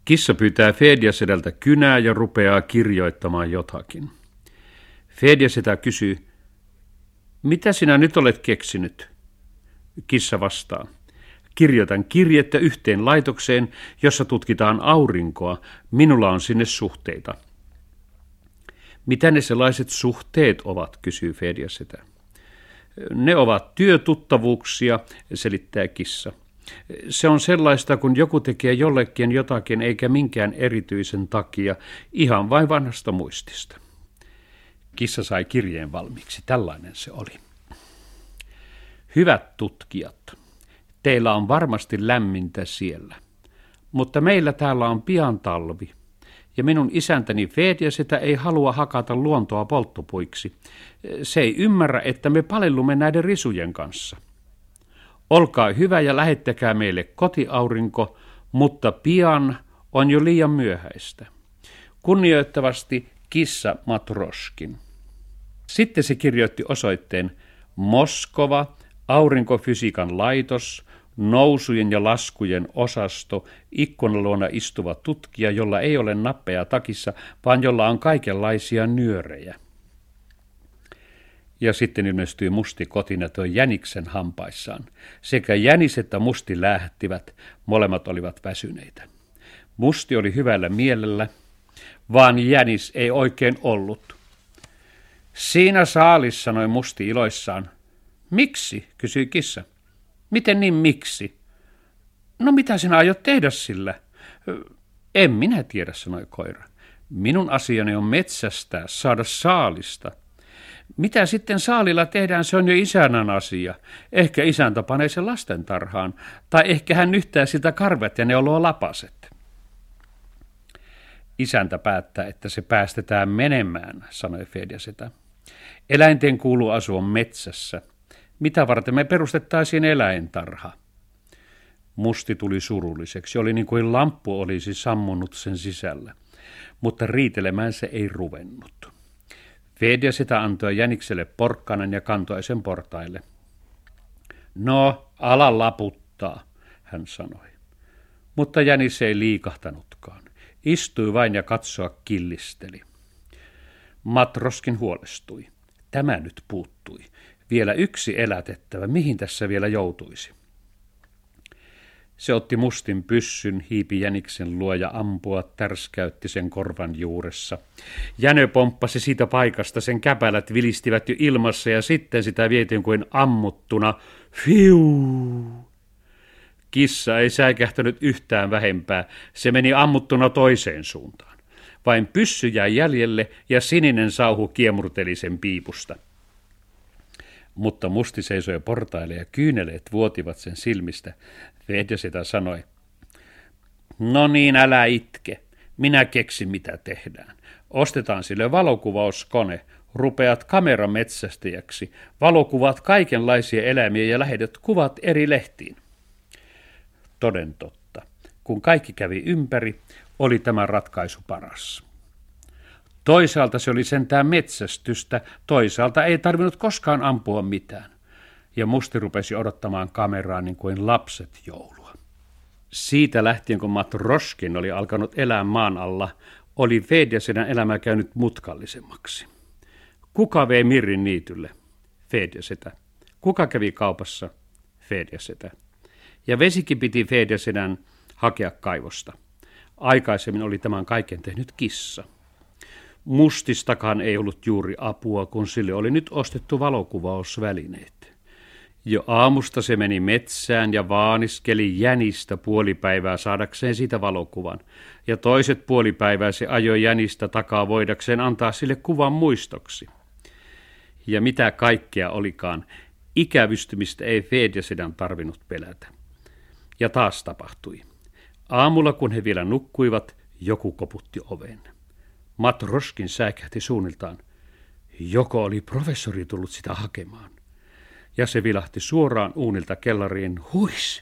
Kissa pyytää Fedjasedältä kynää ja rupeaa kirjoittamaan jotakin. Fedjasetä kysyy, mitä sinä nyt olet keksinyt? Kissa vastaa, kirjoitan kirjettä yhteen laitokseen, jossa tutkitaan aurinkoa. Minulla on sinne suhteita. Mitä ne sellaiset suhteet ovat, kysyy Fedjasetä. Ne ovat työtuttavuuksia, selittää kissa. Se on sellaista, kun joku tekee jollekin jotakin eikä minkään erityisen takia, ihan vain vanhasta muistista. Kissa sai kirjeen valmiiksi, tällainen se oli. Hyvät tutkijat, teillä on varmasti lämmintä siellä, mutta meillä täällä on pian talvi, ja minun isäntäni Fedjasetä ei halua hakata luontoa polttopuiksi. Se ei ymmärrä, että me palellumme näiden risujen kanssa. Olkaa hyvä ja lähettäkää meille kotiaurinko, mutta pian on jo liian myöhäistä. Kunnioittavasti Kissa Matroskin. Sitten se kirjoitti osoitteen Moskova, aurinkofysiikan laitos, nousujen ja laskujen osasto, ikkunan luona istuva tutkija, jolla ei ole nappeja takissa, vaan jolla on kaikenlaisia nyörejä. Ja sitten ilmestyi Musti kotiin ja toi jäniksen hampaissaan. Sekä jänis että Musti lähtivät, molemmat olivat väsyneitä. Musti oli hyvällä mielellä, vaan jänis ei oikein ollut. Siinä saalis, sanoi Musti iloissaan. Miksi, kysyi kissa. Miten niin miksi? No mitä sinä aiot tehdä sillä? En minä tiedä, sanoi koira. Minun asiani on metsästää, saada saalista. Mitä sitten saalilla tehdään, se on jo isännän asia. Ehkä isäntä panee sen lastentarhaan, tai ehkä hän nyhtää sitä karvet ja ne oloo lapaset. Isäntä päättää, että se päästetään menemään, sanoi Fedjasetä. Eläinten kuuluu asua metsässä. Mitä varten me perustettaisiin eläintarha? Musti tuli surulliseksi, oli niin kuin lamppu olisi sammunut sen sisällä, mutta riitelemään se ei ruvennut. Fedjasetä antoi jänikselle porkkanan ja kantoi sen portaille. No, ala laputtaa, hän sanoi. Mutta jänis ei liikahtanutkaan. Istui vain ja katsoa killisteli. Matroskin huolestui. Tämä nyt puuttui. Vielä yksi elätettävä, mihin tässä vielä joutuisi? Se otti Mustin pyssyn, hiipi jäniksen luo ja ampua tärskäytti sen korvan juuressa. Jänö pomppasi siitä paikasta, sen käpälät vilistivät jo ilmassa ja sitten sitä vietiin kuin ammuttuna. Fiu! Kissa ei säikähtänyt yhtään vähempää, se meni ammuttuna toiseen suuntaan. Vain pyssy jäi jäljelle ja sininen sauhu kiemurteli sen piipusta. Mutta Musti seisoi portaille ja kyyneleet vuotivat sen silmistä. Fedjasetä sanoi, no niin, älä itke. Minä keksin, mitä tehdään. Ostetaan sille valokuvauskone. Rupeat kamerametsästäjäksi. Valokuvat kaikenlaisia eläimiä ja lähetät kuvat eri lehtiin. Toden totta. Kun kaikki kävi ympäri, oli tämä ratkaisu paras. Toisaalta se oli sentään metsästystä, toisaalta ei tarvinnut koskaan ampua mitään. Ja Musti rupesi odottamaan kameraa niin kuin lapset joulua. Siitä lähtien, kun Matroskin oli alkanut elää maan alla, oli Fedjasedän elämä käynyt mutkallisemmaksi. Kuka vei Mirrin niitylle? Fedjasetä. Kuka kävi kaupassa? Fedjasetä. Ja vesikin piti Fedjasedän hakea kaivosta. Aikaisemmin oli tämän kaiken tehnyt kissa. Mustistakaan ei ollut juuri apua, kun sille oli nyt ostettu valokuvausvälineet. Jo aamusta se meni metsään ja vaaniskeli jänistä puolipäivää saadakseen siitä valokuvan. Ja toiset puolipäivää se ajoi jänistä takaa voidakseen antaa sille kuvan muistoksi. Ja mitä kaikkea olikaan, ikävystymistä ei Fedjasedän tarvinnut pelätä. Ja taas tapahtui. Aamulla, kun he vielä nukkuivat, joku koputti oven. Matroskin säikähti suunniltaan. Joko oli professori tullut sitä hakemaan? Ja se vilahti suoraan uunilta kellariin. Huis!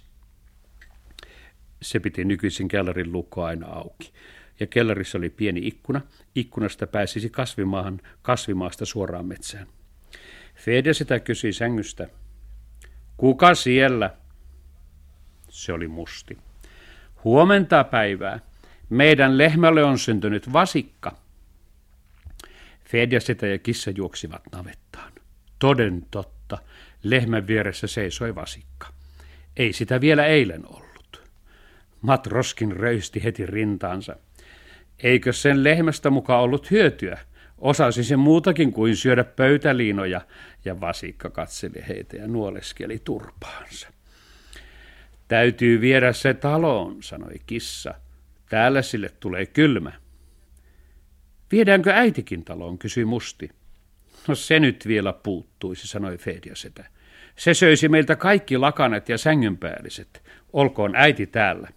Se piti nykyisin kellarin lukko aina auki. Ja kellarissa oli pieni ikkuna. Ikkunasta pääsisi kasvimaahan, kasvimaasta suoraan metsään. Fedjasetä kysyi sängystä. Kuka siellä? Se oli Musti. Huomenta päivää. Meidän lehmälle on syntynyt vasikka. Fedjasetä ja kissa juoksivat navettaan. Toden totta, lehmän vieressä seisoi vasikka. Ei sitä vielä eilen ollut. Matroskin röysti heti rintaansa. Eikö sen lehmästä muka ollut hyötyä? Osasi se muutakin kuin syödä pöytäliinoja, ja vasikka katseli heitä ja nuoleskeli turpaansa. Täytyy viedä se taloon, sanoi kissa. Täällä sille tulee kylmä. Viedäänkö äitikin taloon, kysyi Musti. No se nyt vielä puuttuisi, sanoi Fedjasetä. Se söisi meiltä kaikki lakanat ja sängynpäälliset. Olkoon äiti täällä.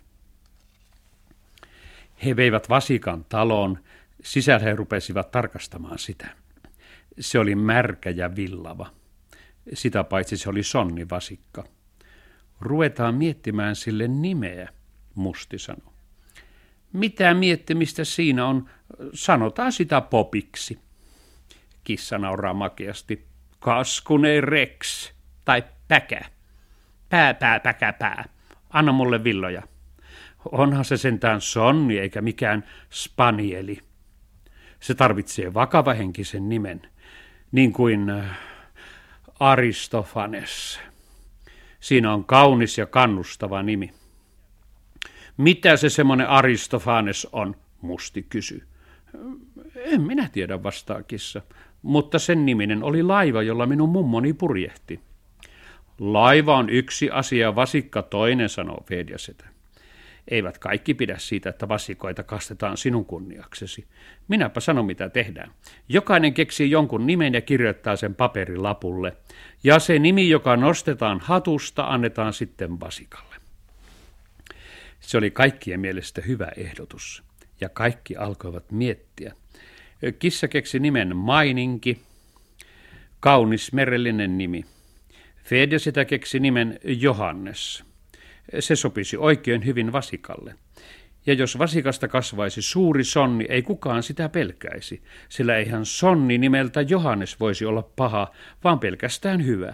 He veivät vasikan taloon. Sisällä he rupesivat tarkastamaan sitä. Se oli märkä ja villava. Sitä paitsi se oli sonnivasikka. Ruvetaan miettimään sille nimeä, Musti sanoi. Mitä miettimistä siinä on? Sanotaan sitä Popiksi. Kissa nauraa makeasti. Kaskunei Rex tai Päkä. Pää. Anna mulle villoja. Onhan se sentään sonni eikä mikään spanieli. Se tarvitsee vakavahenkisen nimen, niin kuin Aristofanes. Siinä on kaunis ja kannustava nimi. Mitä se semmoinen Aristofanes on, Musti kysyi. En minä tiedä, vastaa kissa, mutta sen niminen oli laiva, jolla minun mummoni purjehti. Laiva on yksi asia, vasikka toinen, sanoo Fedjasetä. Eivät kaikki pidä siitä, että vasikoita kastetaan sinun kunniaksesi. Minäpä sanon, mitä tehdään. Jokainen keksii jonkun nimen ja kirjoittaa sen paperilapulle. Ja se nimi, joka nostetaan hatusta, annetaan sitten vasikalle. Se oli kaikkien mielestä hyvä ehdotus. Ja kaikki alkoivat miettiä. Kissa keksi nimen Maininki, kaunis merellinen nimi. Fedjasetä keksi nimen Johannes. Se sopisi oikein hyvin vasikalle. Ja jos vasikasta kasvaisi suuri sonni, ei kukaan sitä pelkäisi, sillä eihän sonni nimeltä Johannes voisi olla paha, vaan pelkästään hyvä.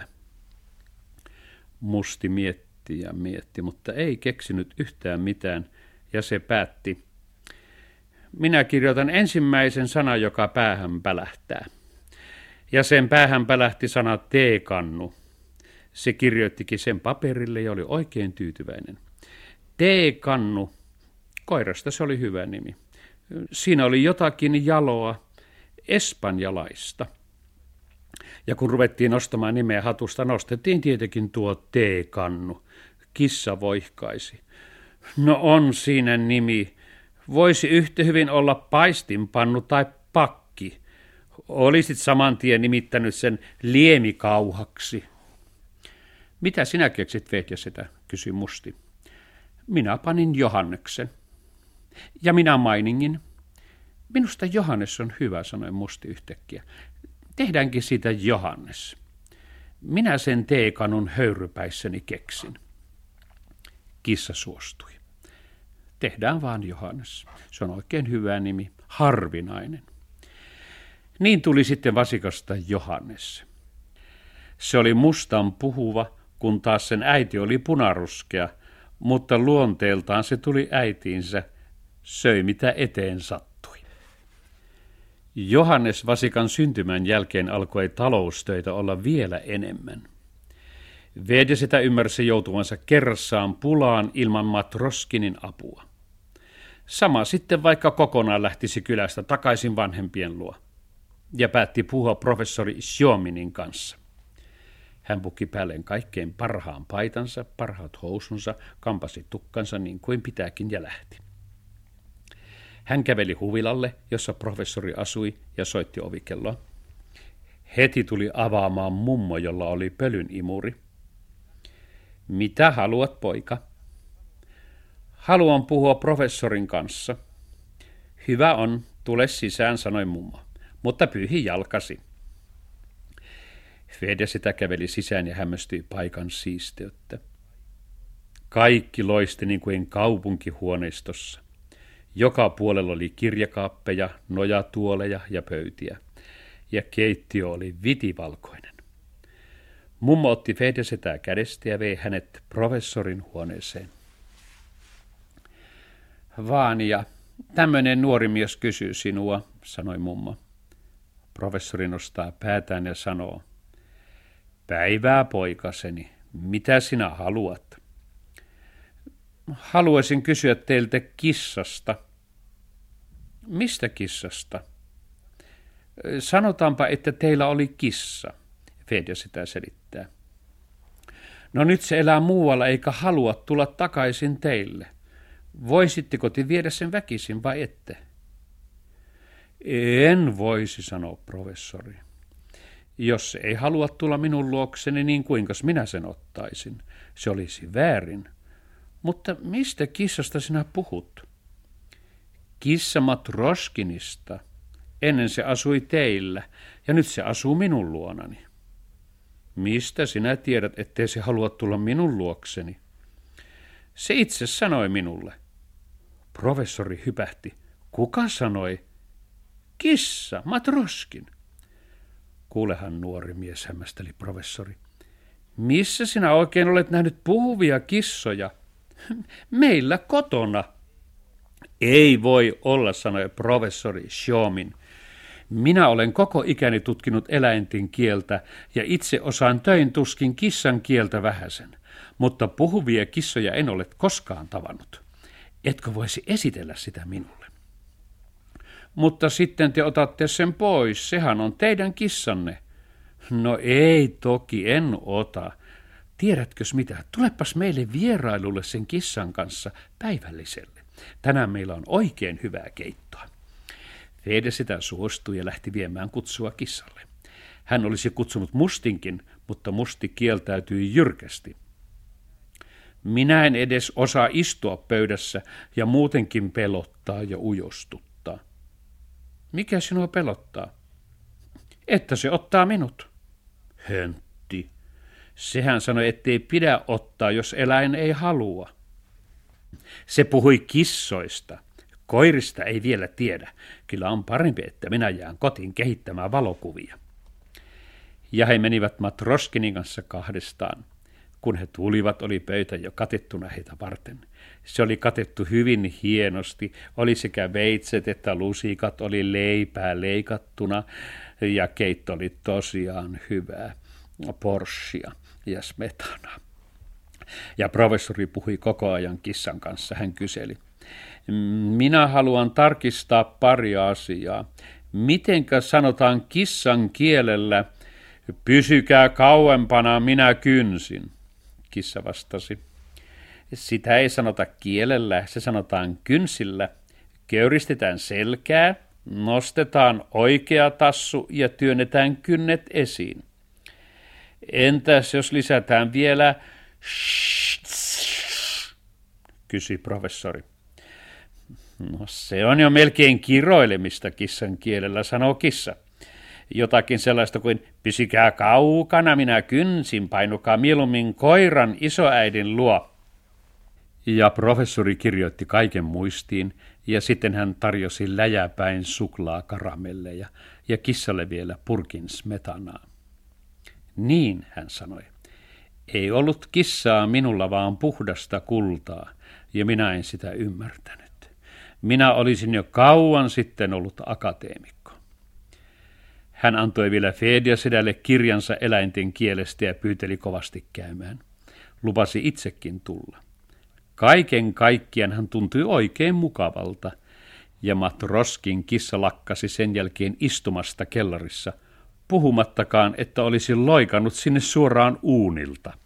Musti mietti ja mietti, mutta ei keksinyt yhtään mitään, ja se päätti. Minä kirjoitan ensimmäisen sanan, joka päähän pälähtää. Ja sen päähän pälähti sana teekannu. Se kirjoittikin sen paperille ja oli oikein tyytyväinen. Teekannu. Koirasta se oli hyvä nimi. Siinä oli jotakin jaloa, espanjalaista. Ja kun ruvettiin nostamaan nimeä hatusta, nostettiin tietenkin tuo teekannu. Kissa voihkaisi. No on siinä nimi. Voisi yhtä hyvin olla paistinpannu tai pakki. Olisit saman tien nimittänyt sen liemikauhaksi. Mitä sinä keksit, Fedjasetä, kysyi Musti. Minä panin Johanneksen. Ja minä Mainingin. Minusta Johannes on hyvä, sanoi Musti yhtäkkiä. Tehdäänkin siitä Johannes. Minä sen teekanun höyrypäissäni keksin. Kissa suostui. Tehdään vaan Johannes. Se on oikein hyvä nimi, harvinainen. Niin tuli sitten vasikasta Johannes. Se oli mustan puhuva, kun taas sen äiti oli punaruskea, mutta luonteeltaan se tuli äitiinsä, söi mitä eteen sattui. Johannes vasikan syntymän jälkeen alkoi taloustöitä olla vielä enemmän. Fedjasetä ymmärsi joutuvansa kerrassaan pulaan ilman Matroskinin apua. Sama sitten vaikka kokonaan lähtisi kylästä takaisin vanhempien luo ja päätti puhua professori Sjominin kanssa. Hän pukki päälleen kaikkein parhaan paitansa, parhaat housunsa, kampasi tukkansa niin kuin pitääkin ja lähti. Hän käveli huvilalle, jossa professori asui ja soitti ovikelloa. Heti tuli avaamaan mummo, jolla oli pölyn imuri. Mitä haluat, poika? Haluan puhua professorin kanssa. Hyvä on, tule sisään, sanoi mummo, mutta pyyhi jalkasi. Fedjasetä käveli sisään ja hämmästyi paikan siisteyttä. Kaikki loisti niin kuin kaupunkihuoneistossa. Joka puolella oli kirjakaappeja, nojatuoleja ja pöytiä, ja keittiö oli vitivalkoinen. Mummo otti Fedjasetää kädestä ja vei hänet professorin huoneeseen. Vania, Tämmöinen nuori mies kysyy sinua, sanoi mummo. Professori nostaa päätään ja sanoo, päivää poikaseni, mitä sinä haluat? Haluaisin kysyä teiltä kissasta. Mistä kissasta? Sanotaanpa, että teillä oli kissa, Fedja sitä selittää. No nyt se elää muualla eikä halua tulla takaisin teille. Voisitteko te viedä sen väkisin vai ette? En voisi, sanoo professori. Jos se ei halua tulla minun luokseni, niin kuinkas minä sen ottaisin? Se olisi väärin. Mutta mistä kissasta sinä puhut? Kissa Matroskinista. Ennen se asui teillä, ja nyt se asuu minun luonani. Mistä sinä tiedät, ettei se halua tulla minun luokseni? Se itse sanoi minulle. Professori hypähti. Kuka sanoi? Kissa, Matroskin. Kuulehan, nuori mies, hämmästeli professori. Missä sinä oikein olet nähnyt puhuvia kissoja? Meillä kotona. Ei voi olla, sanoi professori Siomin. Minä olen koko ikäni tutkinut eläinten kieltä ja itse osaan töin tuskin kissan kieltä vähäsen, mutta puhuvia kissoja en ole koskaan tavannut. Etkö voisi esitellä sitä minulle? Mutta sitten te otatte sen pois, sehän on teidän kissanne. No ei toki, en ota. Tiedätkös mitä, tulepas meille vierailulle sen kissan kanssa päivälliselle. Tänään meillä on oikein hyvää keittoa. Fedja sitä suostui ja lähti viemään kutsua kissalle. Hän olisi kutsunut Mustinkin, mutta Musti kieltäytyi jyrkästi. Minä en edes osaa istua pöydässä ja muutenkin pelottaa ja ujostuttaa. Mikä sinua pelottaa? Että se ottaa minut. Höntti. Sehän sanoi, ettei pidä ottaa, jos eläin ei halua. Se puhui kissoista. Koirista ei vielä tiedä. Kyllä on parempi, että minä jään kotiin kehittämään valokuvia. Ja he menivät Matroskinin kanssa kahdestaan. Kun he tulivat, oli pöytä jo katettuna heitä varten. Se oli katettu hyvin hienosti. Oli sekä veitset että lusikat, oli leipää leikattuna ja keitto oli tosiaan hyvää. Porschia ja smetana. Ja professori puhui koko ajan kissan kanssa. Hän kyseli. Minä haluan tarkistaa pari asiaa. Mitenkä sanotaan kissan kielellä, pysykää kauempana, minä kynsin? Kissa vastasi. Sitä ei sanota kielellä, se sanotaan kynsillä. Köyristetään selkää, nostetaan oikea tassu ja työnnetään kynnet esiin. Entäs jos lisätään vielä kysyi professori. No se on jo melkein kiroilemista kissan kielellä, sanoo kissa. Jotakin sellaista kuin pysykää kaukana, minä kynsin, painukaa mieluummin koiran isoäidin luo. Ja professori kirjoitti kaiken muistiin ja sitten hän tarjosi läjäpäin suklaakaramelleja ja kissalle vielä purkin smetanaa. Niin, hän sanoi. Ei ollut kissaa minulla, vaan puhdasta kultaa, ja minä en sitä ymmärtänyt. Minä olisin jo kauan sitten ollut akateemikko. Hän antoi vielä Fedjasedälle kirjansa eläinten kielestä ja pyyteli kovasti käymään. Lupasi itsekin tulla. Kaiken kaikkiaan hän tuntui oikein mukavalta, ja Matroskin kissa lakkasi sen jälkeen istumasta kellarissa, puhumattakaan, että olisi loikannut sinne suoraan uunilta.